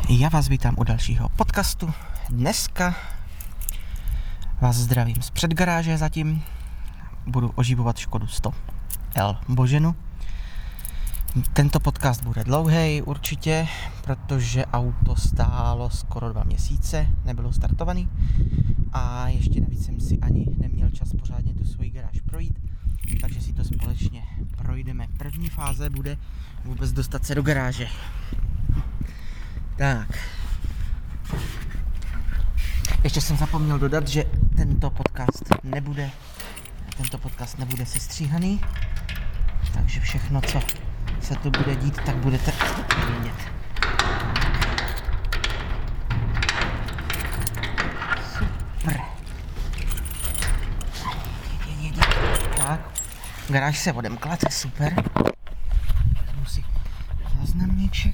Já vás vítám u dalšího podcastu. Dneska vás zdravím z předgaráže zatím. Budu oživovat Škodu 100L Boženu. Tento podcast bude dlouhý určitě, protože auto stálo skoro 2 měsíce, nebylo startovaný a ještě navíc jsem si ani neměl čas pořádně tu svoji garáž projít, takže si to společně projdeme. První fáze bude vůbec dostat se do garáže. Tak. Ještě jsem zapomněl dodat, že tento podcast nebude sestříhaný, takže všechno, co se tu bude dít, tak budete vidět. Super. Jedí. Tak, garáž se odemkla, to je super. Vezmu si záznamníček.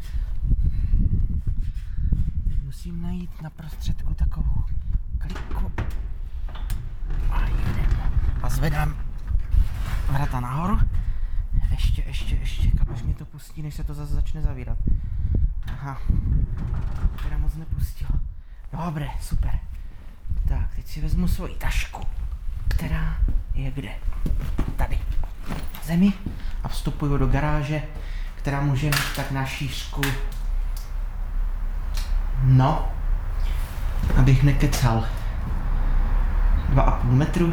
Musím najít na prostředku takovou kliku a jedem. A zvedám vrata nahoru. Ještě, kam až mě to pustí, než se to zase začne zavírat. Aha, teda moc nepustil. Dobré, super. Tak, teď si vezmu svoji tašku, která je kde? Tady. Na zemi a vstupuju do garáže, která může mít tak na šířku, no, abych nekecal, 2,5 metru.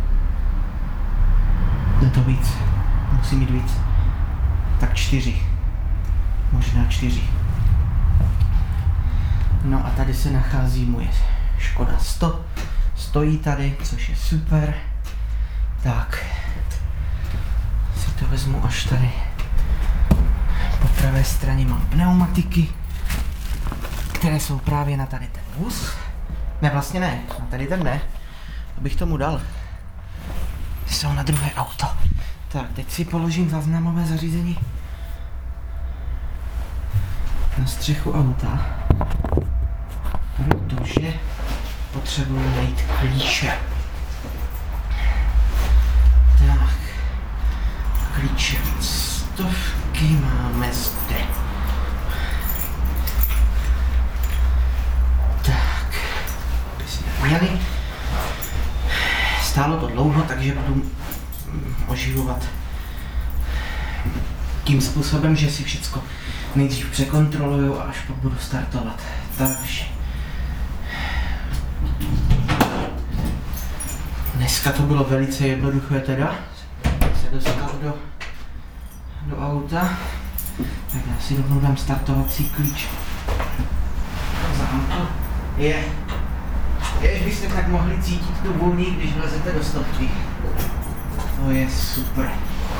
Ne, to víc, musí mít víc, tak 4, možná 4. No a tady se nachází moje Škoda 100, stojí tady, což je super. Tak, si to vezmu až tady. Po pravé straně mám pneumatiky, které jsou právě na tady ten vůz. Ne, vlastně ne, na tady ten ne, abych tomu dal. Jsou na druhé auto. Tak, teď si položím záznamové zařízení na střechu auta, protože potřebuji najít klíče. Tak, klíče od 100 máme zde. Tak, aby si neměli. Stálo to dlouho, takže budu oživovat tím způsobem, že si všecko nejdřív překontroluju a až pak budu startovat. Takže dneska to bylo velice jednoduché teda se dostat do auta. Tak já si rovnou dám startovací klíč za auto. Jež byste tak mohli cítit tu vůni, když vlezete do stopky. To je super.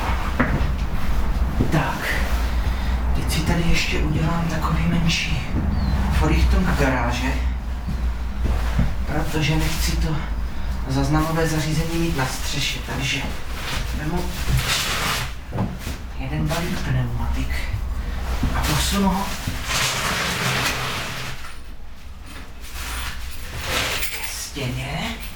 Tak, teď si tady ještě udělám takový menší Vorrichtung garáže, protože nechci to záznamové zařízení mít na střeše, takže vezmu jeden balík pneumatik a posunu ho ke stěně.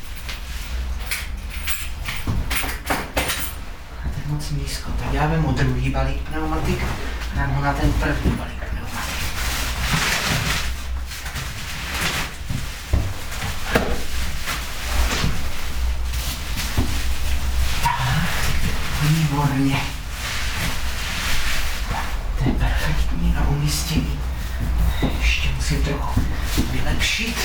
Moc nízko, tak já vezmu druhý balík pneumatik a dám ho na ten první balík pneumatik. Tak, výborně. To je perfektní a umístění. Ještě musím trochu vylepšit.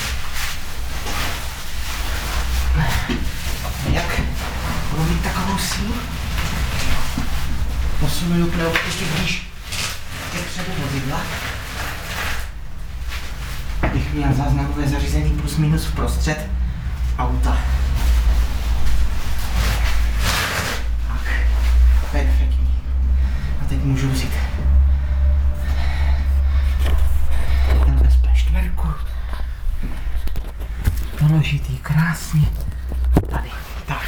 Jak? Budu mít takovou sílu? Posunuju pneumatiky blíž ke předu vozidla, abych měl záznamové zařízení plus minus vprostřed auta. Tak, perfektní. A teď můžu vzít LSP4, položit ji krásně tady. Tak.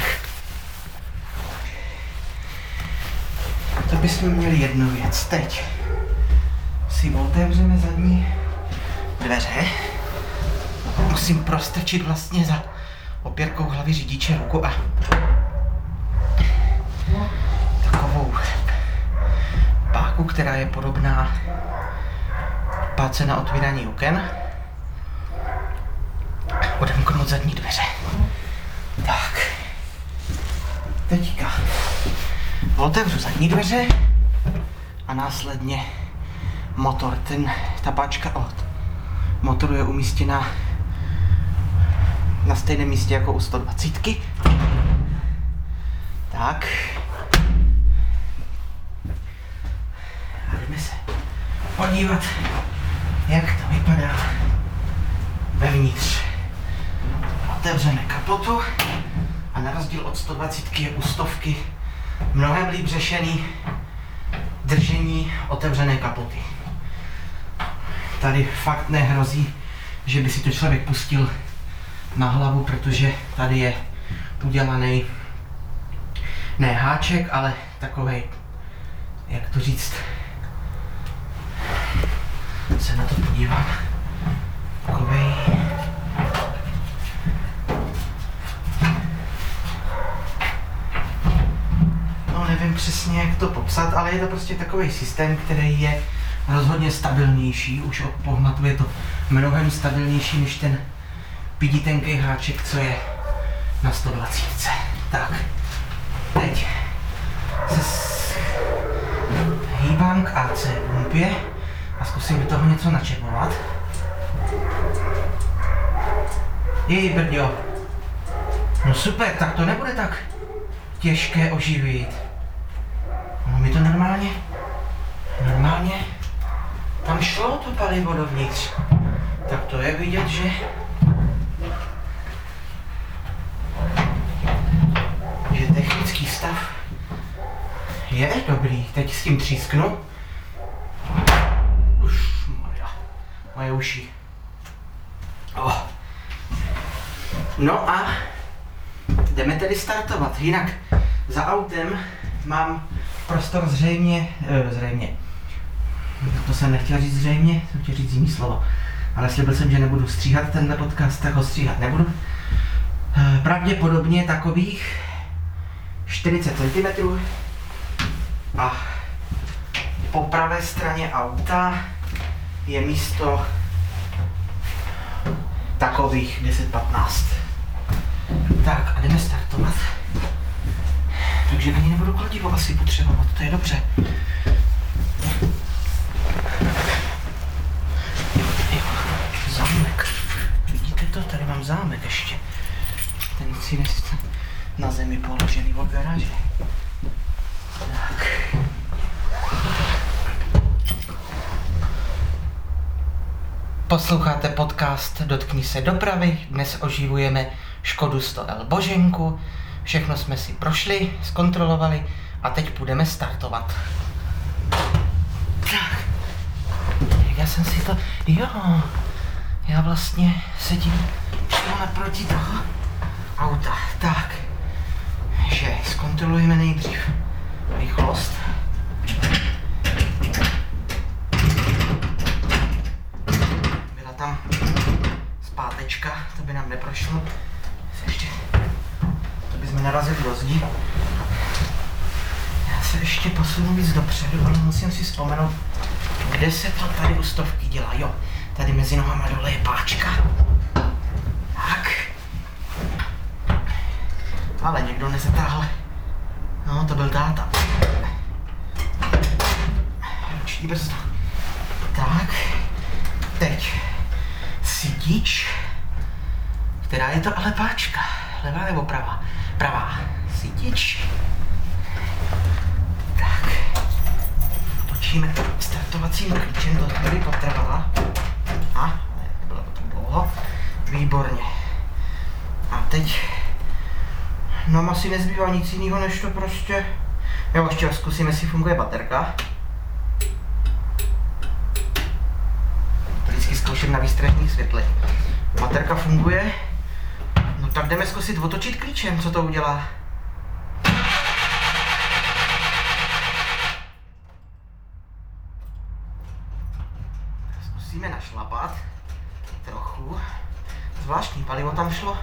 To bychom měli jednu věc. Teď si otevřeme zadní dveře. Musím prostrčit vlastně za opěrkou hlavy řidiče ruku a takovou páku, která je podobná práce na otvírání oken. Odemknout zadní dveře. Tak. Teďka otevřu zadní dveře a následně motor. Ta páčka od motoru je umístěna na stejném místě jako u 120. Tak. A jdeme se podívat, jak to vypadá vevnitř. Otevřeme kapotu a na rozdíl od 120 je u 100 mnohem líp řešený držení otevřené kapoty. Tady fakt nehrozí, že by si to člověk pustil na hlavu, protože tady je udělaný ne háček, ale takovej, jak to říct, se na to podívám, takovej nevím přesně, jak to popsat, ale je to prostě takový systém, který je rozhodně stabilnější. Už od pohmatu je to mnohem stabilnější než ten piditenký háček, co je na 120. Tak, teď se hýbám k AC pumpě a zkusím do toho něco načepovat. Jej, brďo. No super, tak to nebude tak těžké oživit. No mi to normálně tam šlo to palivo dovnitř. Tak to je vidět, že technický stav je dobrý. Teď s tím třísknu. Už moje uši. Oh. No a jdeme tedy startovat. Jinak za autem mám prostor zřejmě, to jsem nechtěl říct zřejmě, jsem chtěl říct jiný slovo, ale slíbil jsem, že nebudu stříhat tenhle podcast, tak ho stříhat nebudu. Pravděpodobně takových 40 cm a po pravé straně auta je místo takových 10-15. Tak a jdeme startovat. Takže ani nebudu kladivo asi potřebovat, to je dobře. Jo, zámek. Vidíte to? Tady mám zámek ještě. Ten si na zemi položený od garáže. Tak. Posloucháte podcast Dotkni se dopravy. Dnes oživujeme Škodu 100L Boženku. Všechno jsme si prošli, zkontrolovali a teď půjdeme startovat. Tak. Já jsem si to... Jo. Já vlastně sedím přímo naproti toho auta. Tak. Že zkontrolujeme nejdřív rychlost. Byla tam zpátečka, to by nám neprošlo. Ještě... To bychom narazili do zdi. Já se ještě posunu víc dopředu, ale musím si vzpomenout, kde se to tady u 100 dělá. Jo, tady mezi nohama dole je páčka. Tak. Ale někdo nezatáhl. No, to byl táta. Ruční brzdu. Tak. Teď. Sidič. Která je to ale páčka? Levá nebo pravá? Pravá. Sidič. Tak. Točíme startovacím klíčem, to tady potrvala. A, nebylo to tak dlouho. Výborně. A teď nám asi nezbývá nic jiného, než to prostě... Jo, ještě zkusíme, jestli funguje baterka. Vždycky zkouším na výstražných světlech. Baterka funguje. No tak jdeme zkusit otočit klíčem, co to udělá. Zkusíme našlapat. Trochu. Zvláštní palivo tam šlo.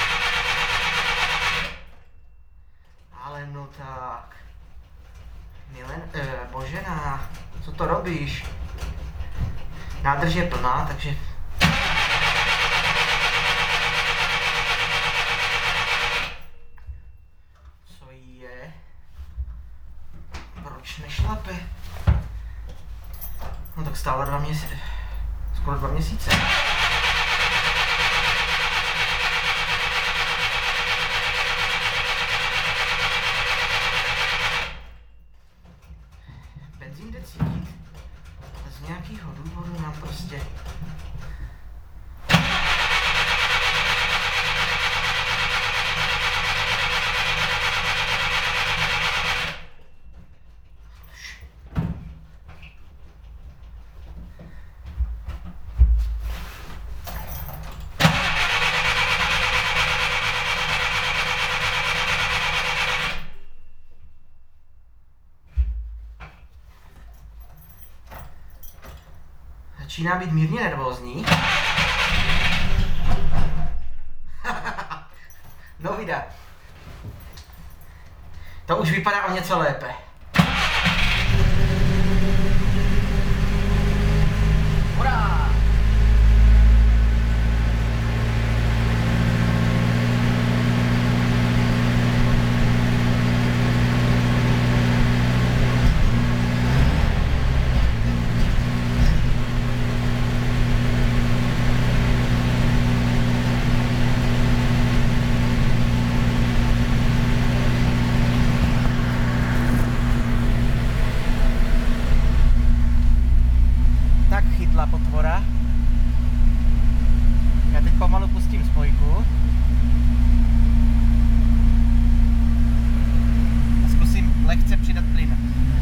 Ale no tak. Božena, co to robíš? Nádrž je plná, takže... Co je? Proč nešlape? No tak stála 2 měsíce. Skoro 2 měsíce. Benzín jde cítit. Z nějakého důvodu nám prostě... Začíná být mírně nervózní. No vida. To už vypadá o něco lépe. Hurá! Tak chytla potvora. Já teď pomalu pustím spojku. A zkusím lehce přidat plyn.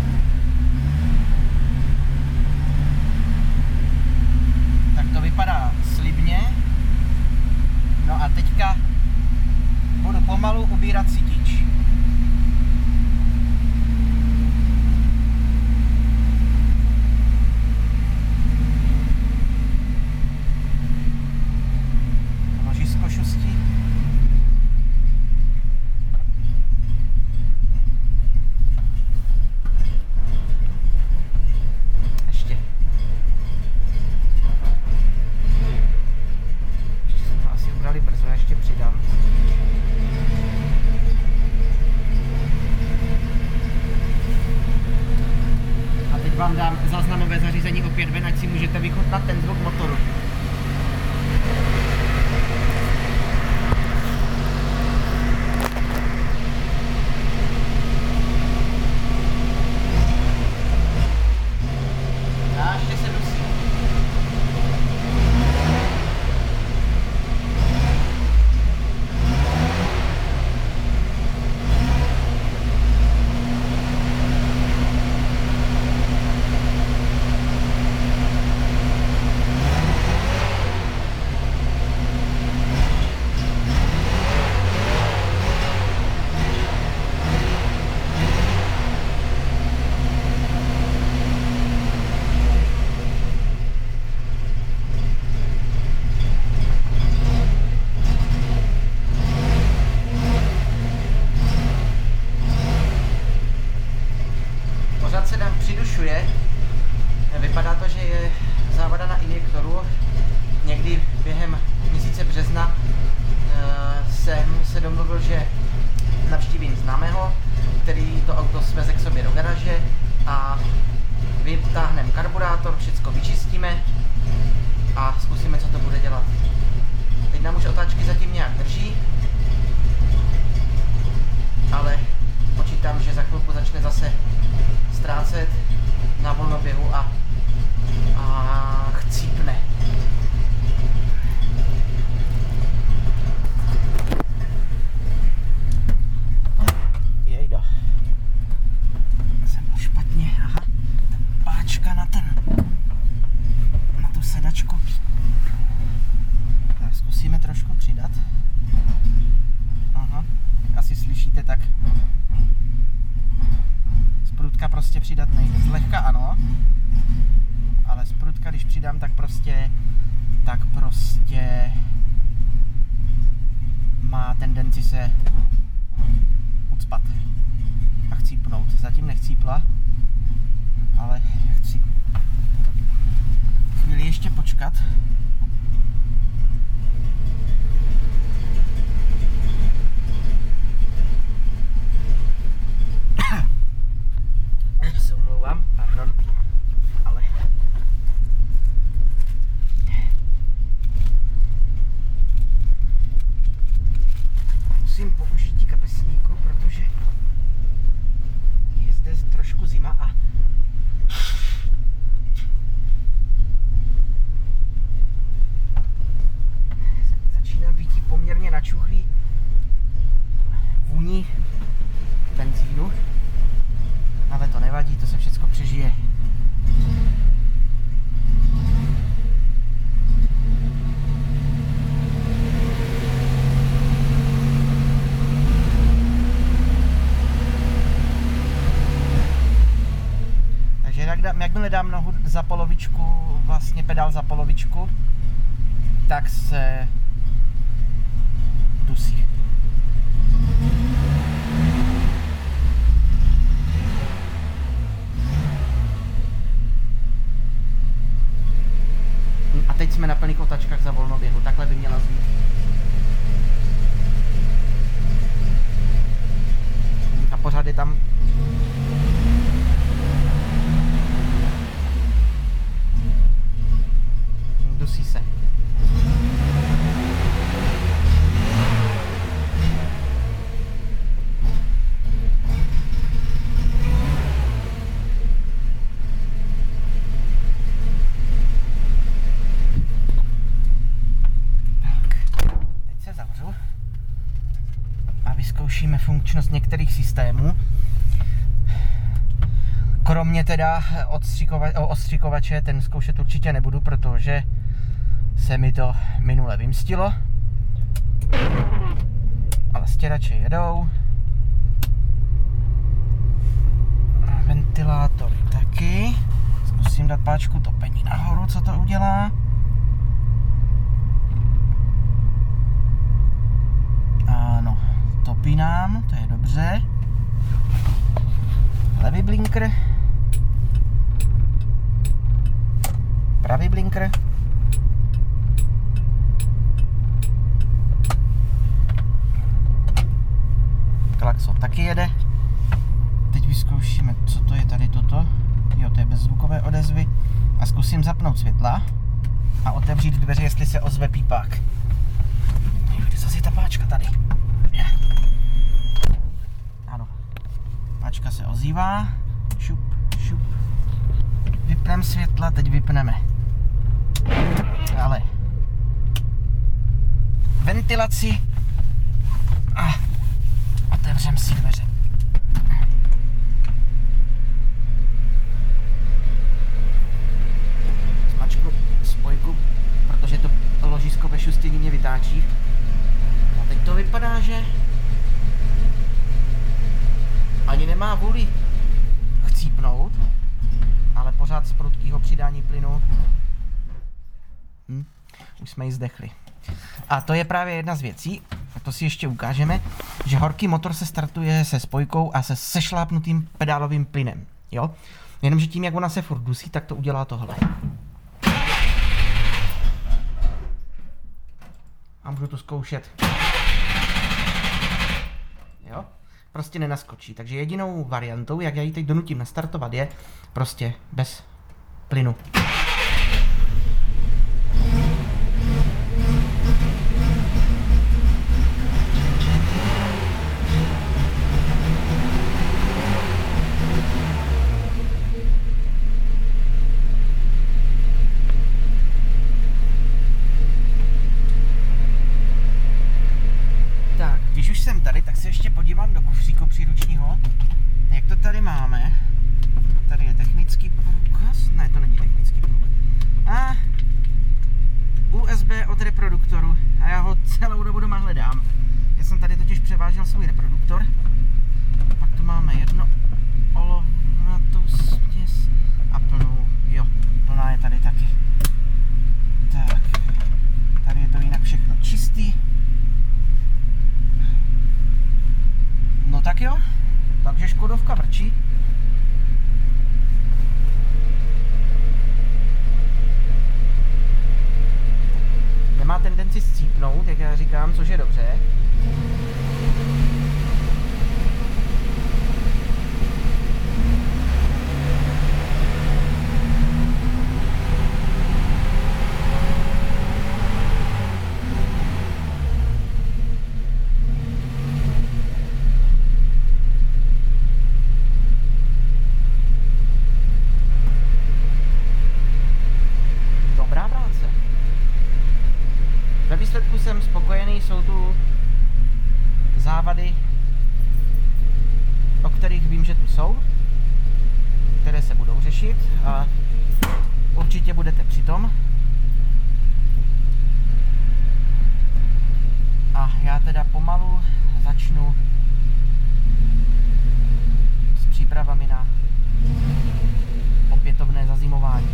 Tak to vypadá slibně. No a teďka budu pomalu ubírat sítič. Brzo ještě přidám. A teď vám dám záznamové zařízení opět ven, ať si můžete vychutnat ten zvuk motoru. A ještě se dusí. Pořád se nám přidušuje. Vypadá to, že je závada na injektoru. Někdy během měsíce března jsem se domluvil, že navštívím známého, který to auto sveze k sobě do garáže a vytáhneme karburátor, všecko vyčistíme a zkusíme, co to bude dělat. Teď nám už otáčky zatím nějak drží, ale počítám, že za chvilku začne zase ztrácet na volnoběhu a chcípne. Jejda. Jsem byl špatně, aha. Páčka na tu sedačku. Tak zkusíme trošku přidat. Aha. Asi slyšíte, tak sprutka prostě přidat nejde. Zlehka ano, ale sprutka, když přidám, tak prostě má tendenci se ucpat a chcípnout. Zatím nechcípla. ale chci chvíli ještě počkat. Se omlouvám, pardon, ale musím použít kapesníku, protože je zde trošku zima a začíná být poměrně načuchlý vůní benzínu, ale to nevadí, to se všechno přežije. Takže jakmile dám nohu za polovičku, vlastně pedál za polovičku, tak se dusí. A teď jsme na plných otačkách za volnoběhu, takhle by měla znít. A pořád je tam dusí se. Vyzkoušíme funkčnost některých systémů. Kromě teda odstřikovače, ten zkoušet určitě nebudu, protože se mi to minule vymstilo. Ale stěrače jedou. Ventilátory taky. Zkusím dát páčku topení nahoru, co to udělá. Ano. Topí nám, to je dobře. Levý blinker. Pravý blinker. Klakson taky jede. Teď vyzkoušíme, co to je tady toto. Jo, to je bezzvukové odezvy. A zkusím zapnout světla a otevřít dveře, jestli se ozve pípák. Kde zase je ta páčka tady? Ano, páčka se ozývá, šup, šup. Vypneme světla, teď vypneme. Ale ventilaci a otevřeme si dveře. Zmačknu spojku, protože to ložisko ve šustění mě vytáčí. A teď to vypadá, že ani nemá vůli chcípnout, ale pořád z prudkého přidání plynu už jsme ji zdechli. A to je právě jedna z věcí, a to si ještě ukážeme, že horký motor se startuje se spojkou a se sešlápnutým pedálovým plynem. Jo? Jenomže tím, jak ona se furt dusí, tak to udělá tohle. A můžu to zkoušet. Jo? Prostě nenaskočí. Takže jedinou variantou, jak já ji teď donutím nastartovat, je prostě bez plynu. Když už jsem tady, tak se ještě podívám do kufříku příručního, jak to tady máme. Tady je technický průkaz, ne, to není technický průkaz. A USB od reproduktoru a já ho celou dobu doma hledám. Já jsem tady totiž převážel svůj reproduktor. Pak tu máme jedno olovnatou směs a plnou, jo, plná je tady taky. Tak, tady je to jinak všechno čistý. No tak jo, takže Škodovka vrčí. šanci scípnout, jak já říkám, což je dobře. Ve výsledku jsem spokojený, jsou tu závady, o kterých vím, že tu jsou, které se budou řešit a určitě budete přitom. A já teda pomalu začnu s přípravami na opětovné zazimování.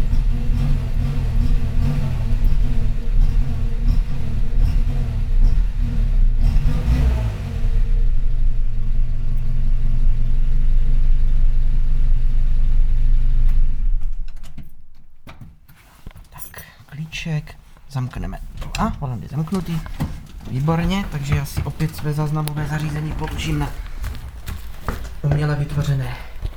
Klíček, zamkneme. A volant je zamknutý. Výborně, takže já si opět své záznamové zařízení položím na uměle vytvořené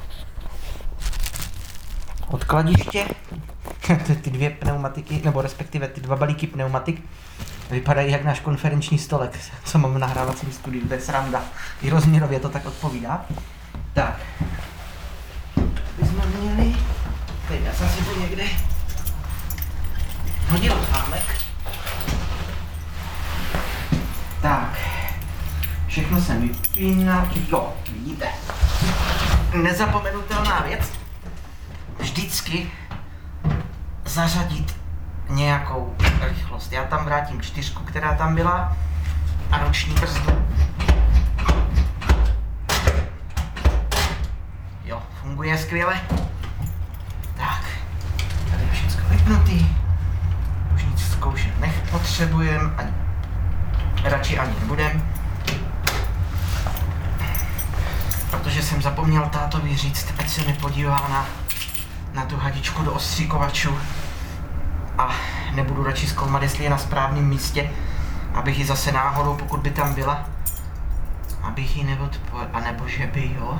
odkladiště. Ty dvě pneumatiky, nebo respektive ty dva balíky pneumatik vypadají jak náš konferenční stolek, co mám v nahrávacím studiu, to je sranda. I rozměrově to tak odpovídá. Tak, bychom měli, teď já jsem si to někde hodil zámek. Tak, všechno jsem vypínal, jo, vidíte. Nezapomenutelná věc, vždycky zařadit nějakou rychlost. Já tam vrátím 4, která tam byla, a ruční brzdu. Jo, funguje skvěle. Tak, tady je všechno vypnutý. Už nic zkoušet nepotřebujeme, radši ani nebudem. Protože jsem zapomněl tátovi říct, ať se mi podívá na tu hadičku do ostříkovačů. A nebudu radši zkoumat, jestli je na správném místě, abych ji zase náhodou, pokud by tam byla, abych ji neodpojil, anebo že by jo.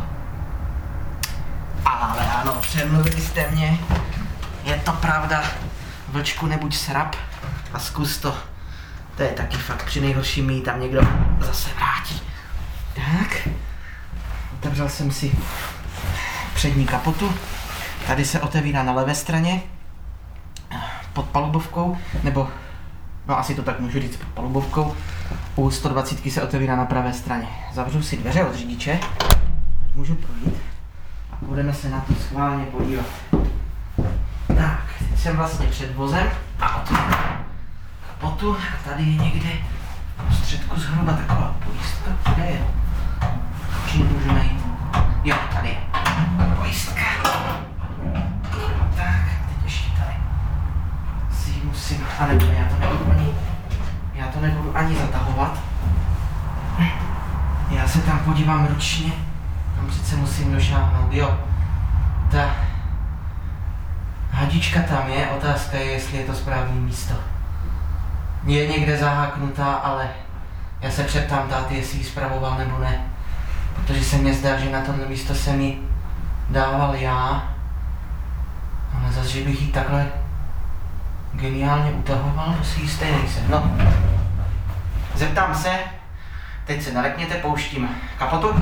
Ale ano, přemluvili jste mě, je to pravda, vlčku nebuď srab a zkus to. To je taky fakt, při nejhorším jí tam někdo zase vrátí. Tak, otevřel jsem si přední kapotu, tady se otevírá na levé straně, pod palubovkou, nebo no asi to tak můžu říct pod palubovkou. U 120 se otevírá na pravé straně. Zavřu si dveře od řidiče, můžu projít a budeme se na to schválně podívat. Tak, teď jsem vlastně před vozem a otevírám kapotu. Tady je někde v středku zhruba taková pojistka. Kde je? Čím můžu najít? Jo, tady je pojistka. Tak, teď ještě tady si ji musím, anebo já to nebudu ani zatahovat. Já se tam podívám ručně, tam sice musím došáhnout, jo. Ta hadička tam je, otázka je, jestli je to správné místo. Je někde zaháknutá, ale já se přeptám táty, jestli ji spravoval nebo ne. Protože se mně zdá, že na tohle místo jsem ji dával já. Ale zase, že bych ji takhle geniálně utahoval, to si jistý nejsem. No, zeptám se, teď se nalekněte, pouštím kapotu.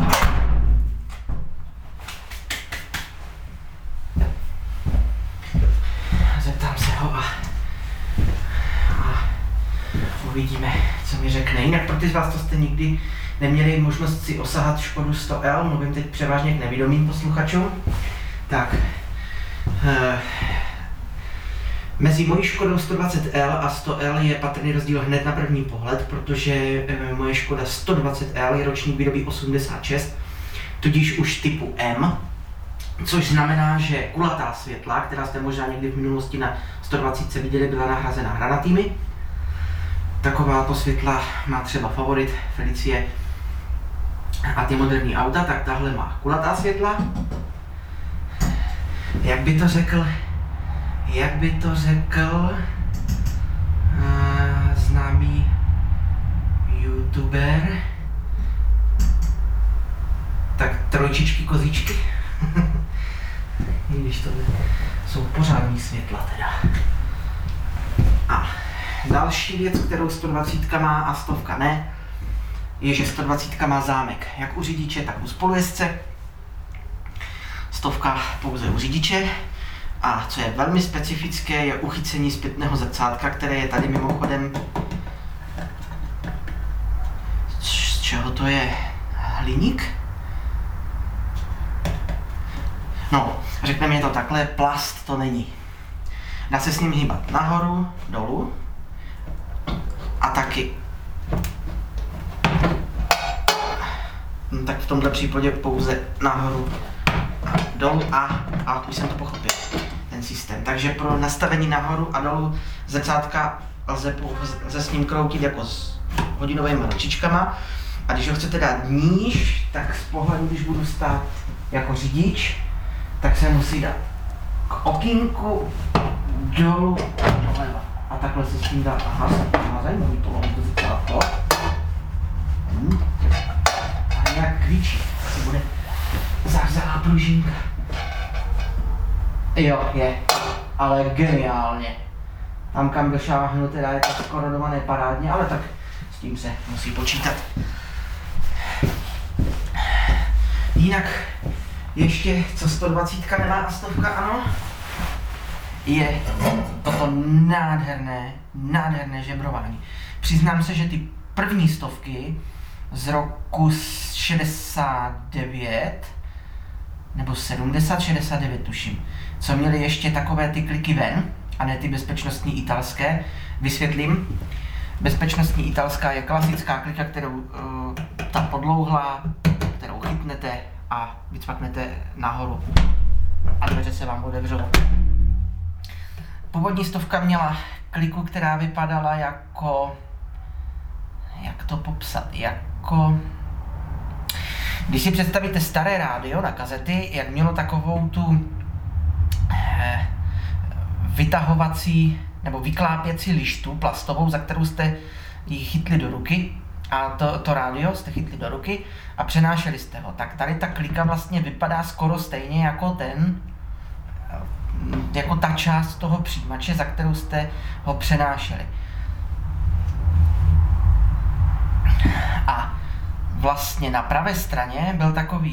Zeptám se ho a uvidíme, co mi řekne. Jinak pro ty z vás, co jste nikdy neměli možnost si osahat Škodu 100L, mluvím teď převážně k nevědomým posluchačům, tak mezi mojí Škodou 120L a 100L je patrný rozdíl hned na první pohled, protože moje Škoda 120L je ročník výroby 86, tudíž už typu M, což znamená, že kulatá světla, která jste možná někdy v minulosti na 120 viděli, byla nahrazena hranatými. Takováto světla má třeba favorit Felicie a ty moderní auta, tak tahle má kulatá světla. Jak by to řekl, známý youtuber. Tak trojčičky, kozičky. I když to jsou pořádný světla teda. A další věc, kterou 120 má a 100 ne, je, že 120 má zámek jak u řidiče, tak u spolujezdce. 100 pouze u řidiče. A co je velmi specifické, je uchycení zpětného zrcátka, které je tady mimochodem. Z čeho to je? Hliník? No, řekneme to takhle, plast to není. Dá se s ním hýbat nahoru, dolů a taky. No, tak v tomto případě pouze nahoru a dolů a už jsem to pochopil, ten systém. Takže pro nastavení nahoru a dolů zrcátka lze s ním kroutit jako s hodinovými ručičkama. A když ho chcete dát níž, tak z pohledu, když budu stát jako řidič, tak se musí dát k okýnku, dolů, doleva. A takhle se s tím dá, aha, zajímavý to zrcátko. A nějak kvíčí, asi bude zavřelá pružinka. Jo, je, ale geniálně. Tam kam došáhnu, teda je to skoro doma neparádně, ale tak s tím se musí počítat. Jinak ještě, co 120 nemá a 100 ano, je toto nádherné žebrování. Přiznám se, že ty první 100 z roku 69, nebo 70, 69 tuším, co měly ještě takové ty kliky ven, a ne ty bezpečnostní italské, vysvětlím. Bezpečnostní italská je klasická klika, kterou ta podlouhlá, kterou chytnete a vycvaknete nahoru a dveře se vám otevřou. Původní 100 měla kliku, která vypadala jako, jak to popsat, jako, když si představíte staré rádio na kazety, jak mělo takovou tu vytahovací nebo vyklápěcí lištu plastovou, za kterou jste ji chytli do ruky, a to rádio jste chytli do ruky a přenášeli jste ho. Tak tady ta klika vlastně vypadá skoro stejně jako jako ta část toho přijímače, za kterou jste ho přenášeli. A vlastně na pravé straně byl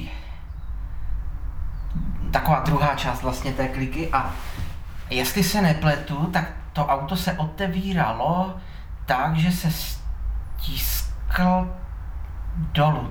taková druhá část vlastně té kliky a jestli se nepletu, tak to auto se otevíralo tak, že se stiskl dolů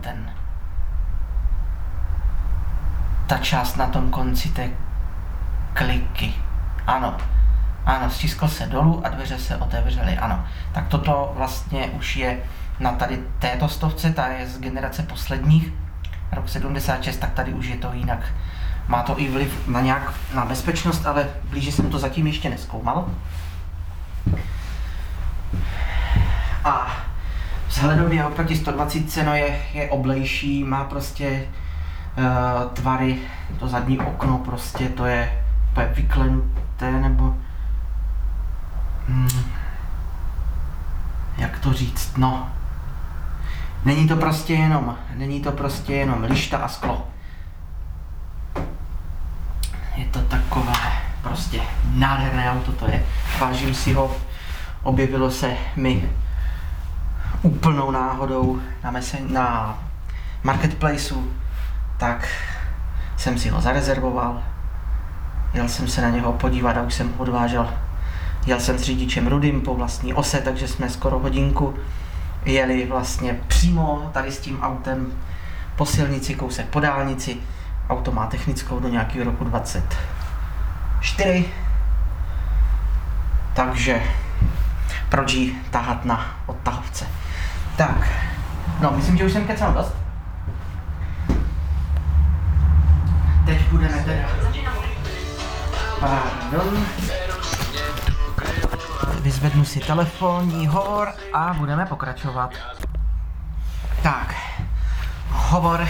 ta část na tom konci té kliky. Ano, stiskl se dolů a dveře se otevřely, ano. Tak toto vlastně už je na tady této 100, ta je z generace posledních, rok 76, tak tady už je to jinak. Má to i vliv na bezpečnost, ale blíže jsem to zatím ještě nezkoumal. A vzhledově oproti 120 je oblejší, má prostě tvary, to zadní okno prostě, to je vyklenuté, nebo jak to říct, no. Není to prostě jenom lišta a sklo. Je to takové prostě nádherné auto to je. Vážím si ho, objevilo se mi úplnou náhodou na marketplaceu, tak jsem si ho zarezervoval. Jel jsem se na něho podívat a už jsem ho odvážel. Jel jsem s řidičem Rudým po vlastní ose, takže jsme skoro hodinku jeli vlastně přímo tady s tím autem po silnici, kousek po dálnici. Auto má technickou do nějakého roku 24. Takže proč ji tahat na odtahovce. Tak, no myslím, že už jsem kecal dost. Teď budeme teda... Pardon. Vyzvednu si telefonní hovor a budeme pokračovat. Tak, hovor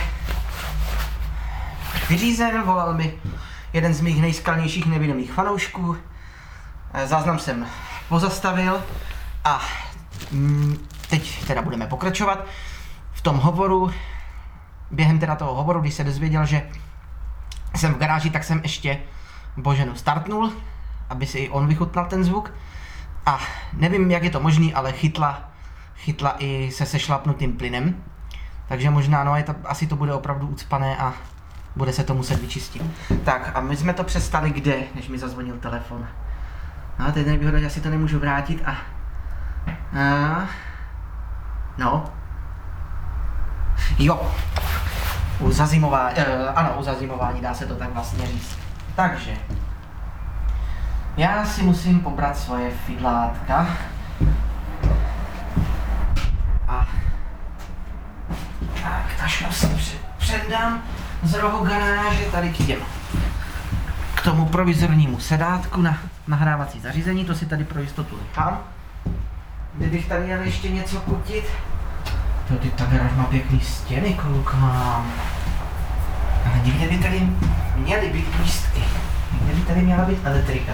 vyřízen, volal mi jeden z mých nejskalnějších nevědomých fanoušků. Záznam jsem pozastavil a teď teda budeme pokračovat v tom hovoru. Během teda toho hovoru, když se dozvěděl, že jsem v garáži, tak jsem ještě Boženu startnul, aby si i on vychutnal ten zvuk. A nevím, jak je to možný, ale chytla i se sešlapnutým plynem. Takže možná, no, asi to bude opravdu ucpané a bude se to muset vyčistit. Tak a my jsme to přestali kde, než mi zazvonil telefon. No, teď nevýhoda, že asi to nemůžu vrátit no. Jo. U zazimování dá se to tak vlastně říct. Takže. Já si musím pobrat svoje fidlátka. A tak, tašku si předám z rohu garáže tady k tomu provizornímu sedátku na nahrávací zařízení, to si tady pro jistotu nechám. Kdybych tady měl ještě něco kutit. Tady ta garáž má pěkný stěny, koukám. Ale někde by tady měly být lístky. Někde by tady měla být elektrika.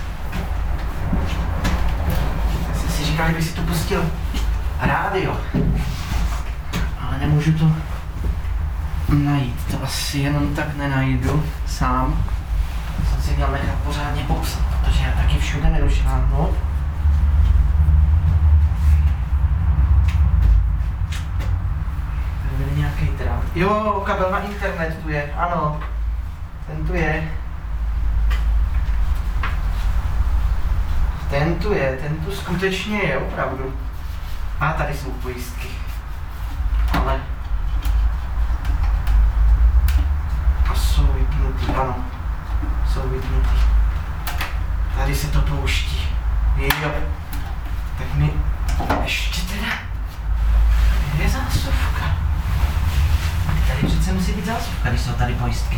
Já jsem si říkal, že by si tu pustil rádio. Ale nemůžu to najít. To asi jenom tak nenajdu sám. Jsem si měl nechat pořádně popsat, protože já taky všude nedošláhnu. Tady je nějaký trám. Jo, kabel na internet tu je, ano. Ten tu je. Ten tu skutečně je, opravdu. A tady jsou pojistky. Ale a jsou vypnutý, ano. Jsou vypnutý. Tady se to pouští. Jo. Tak mi ještě teda je zásuvka. Tady přece musí být zásuvka, když jsou tady pojistky.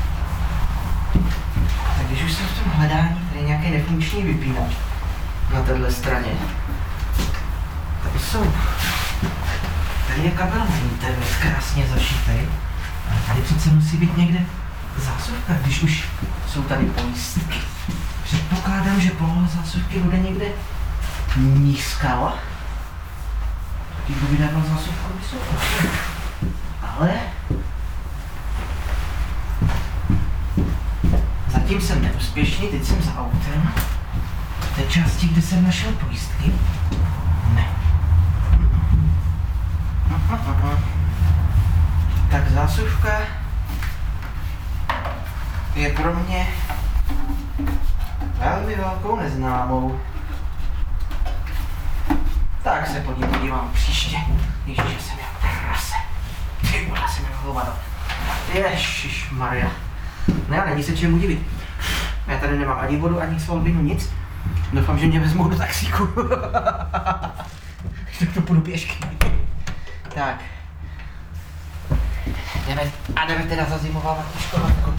Tak když už jsem v tom hledání, tady je nějaký nefunkční vypínač na téhle straně. Tady jsou. Tady je kabel na internet krásně zašitej. Ale tady přece musí být někde zásuvka, když už jsou tady pojistky. Předpokládám, že poloha zásuvky bude někde nízká. Kdyby vydával zásuvku vysokou. Ale zatím jsem neúspěšný, teď jsem za autem. V té části, kde jsem našel pojistky, ne. Tak zásuvka je pro mě velmi velkou neznámou. Tak se po ní podívám příště. Ježiš, jsem já prase. Ty vole, jsem jak hovado. Ježišmarja. Ne, není se čemu divit. Já tady nemám ani vodu, ani svolbinu, nic. Doufám, že mě vezmou do taxíku. Tak to půjdu pěšky. Tak. Jdeme teda zazimovávat tuškovatku.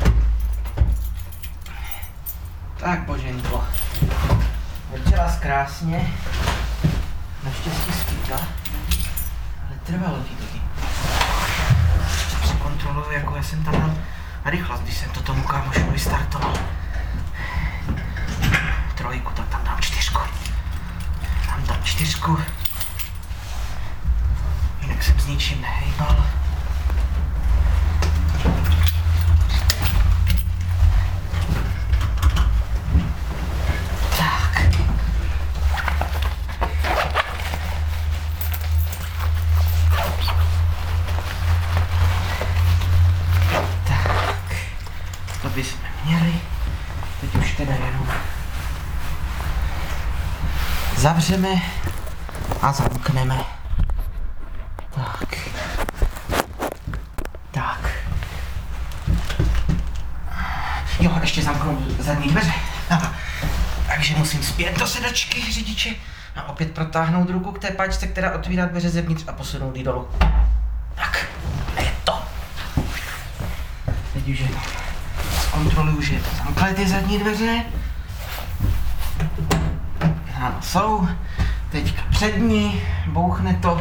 Tak, Boženko. Večera krásně. Naštěstí spíta. Ale trvalo ti to. Ještě překontroluji, jako já jsem tam dal rychlost, když jsem to tomu kámošovi startoval. 3, tak tam dám 4. Tam dám 4. Jinak jsem s ničím nehejbal. Bychom měli, teď už teda jenom zavřeme a zamkneme. Tak. Jo, ještě zamknu zadní dveře. Aha. Takže musím zpět do sedačky řidiče a opět protáhnout ruku k té páčce, která otvírá dveře zevnitř a posunout ji dolů. Tak, je to. Teď už je kontroluju, že je to zamklé ty zadní dveře. Ano, jsou. Teďka přední, bouchne to.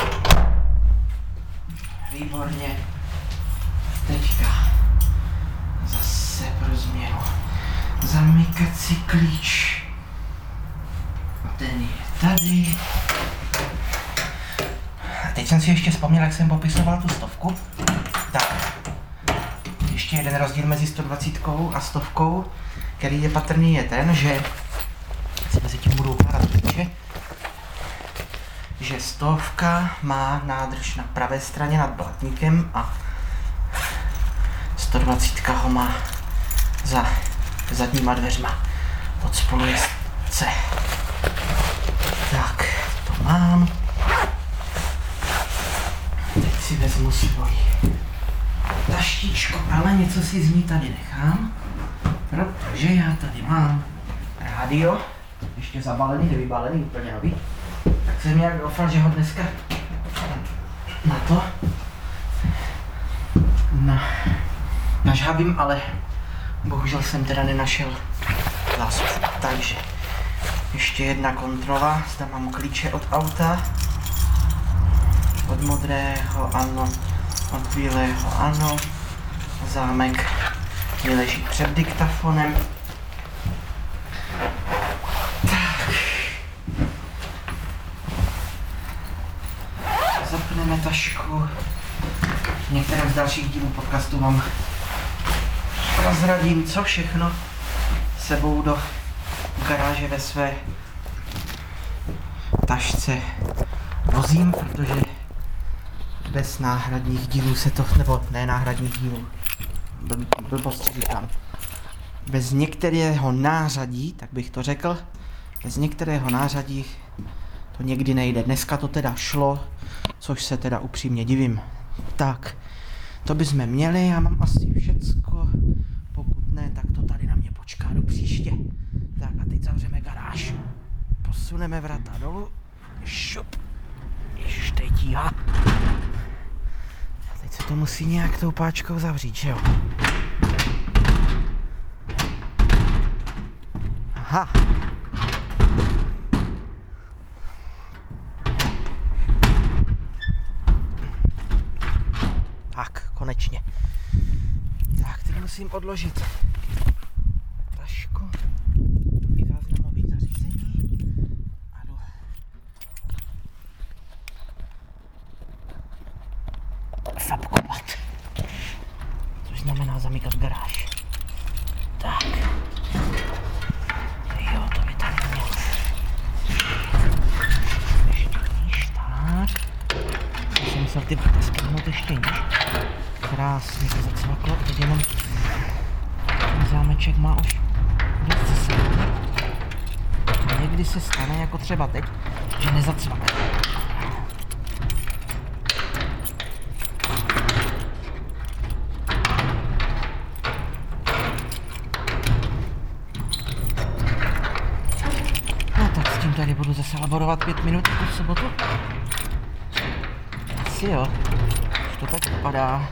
Výborně. Teďka zase pro změnu zamykací klíč. Ten je tady. teď jsem si ještě vzpomněl, jak jsem popisoval tu 100. Tak, ještě jeden rozdíl mezi 120 a 100, který je patrný, je ten, že si mezi tím budu ukládat klíče, že 100 má nádrž na pravé straně nad blatníkem a 120 ho má za zadníma dveřma pod spolu je C. Tak, to mám. Teď si vezmu svoji taštičku, ale něco si z ní tady nechám, protože já tady mám rádio, ještě zabalený, nevybalený, úplně nový. Tak jsem nějak doufal, že ho dneska na to nažhavím, ale bohužel jsem teda nenašel zásuvku. Takže ještě jedna kontrola, zda mám klíče od auta. Od modrého ano, od bílého ano. Zámek mi leží před diktafonem. Tak. Zapneme tašku. V některém z dalších dílů podcastu vám prozradím, co všechno sebou do garáže ve své tašce vozím, protože bez náhradních dílů se to, nebo ne náhradních dílů, blbost říkám, bez některého nářadí, tak bych to řekl, bez některého nářadí to někdy nejde. Dneska to teda šlo, což se teda upřímně divím. Tak, to bychom měli, já mám asi všecko, pokud ne, tak to tady na mě počká do příště. Tak a teď zavřeme garáž, posuneme vrata dolů, šup, ježiš, to je tíha. Teď se to musí nějak tou páčkou zavřít, že jo? Aha. Tak, konečně. Tak, teď musím odložit tašku i záznamový zařízení a jdu. Fabkovat. Což znamená zamykat garáž. Tak. Jo, to by tady mělo. Ještě níž, tak. Já jsem musel ty vrta skryhnout ještě níž. Krásně to zacvaklo, teď jenom ten zámeček má už dost zasáhne. A někdy se stane, jako třeba teď, že nezacvaká. No tak s tím tady budu zase laborovat 5 minut v sobotu. Asi jo, už to tak vypadá.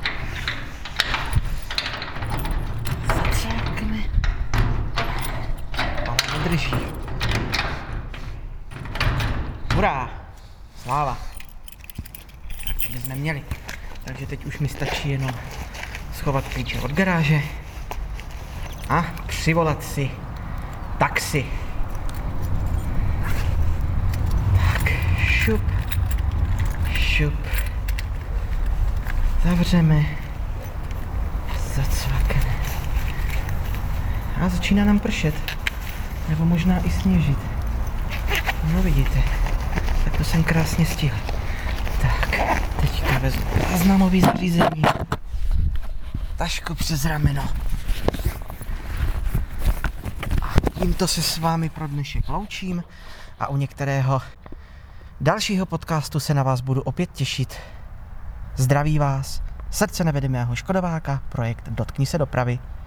Zacákne. Ale nedrží. Hurá! Sláva! Tak to bychom měli. Takže teď už mi stačí jenom schovat klíče od garáže a přivolat si taxi. Tak, šup, šup. Zavřeme. Zacvakne. A začíná nám pršet. Nebo možná i sněžit. No vidíte. Tak to jsem krásně stihl. Tak, teďka vezmu záznamový zařízení. Tašku přes rameno. A tímto se s vámi pro dnešek loučím a u některého dalšího podcastu se na vás budu opět těšit. Zdraví vás, srdce nevědomého Škodováka, projekt Dotkni se dopravy.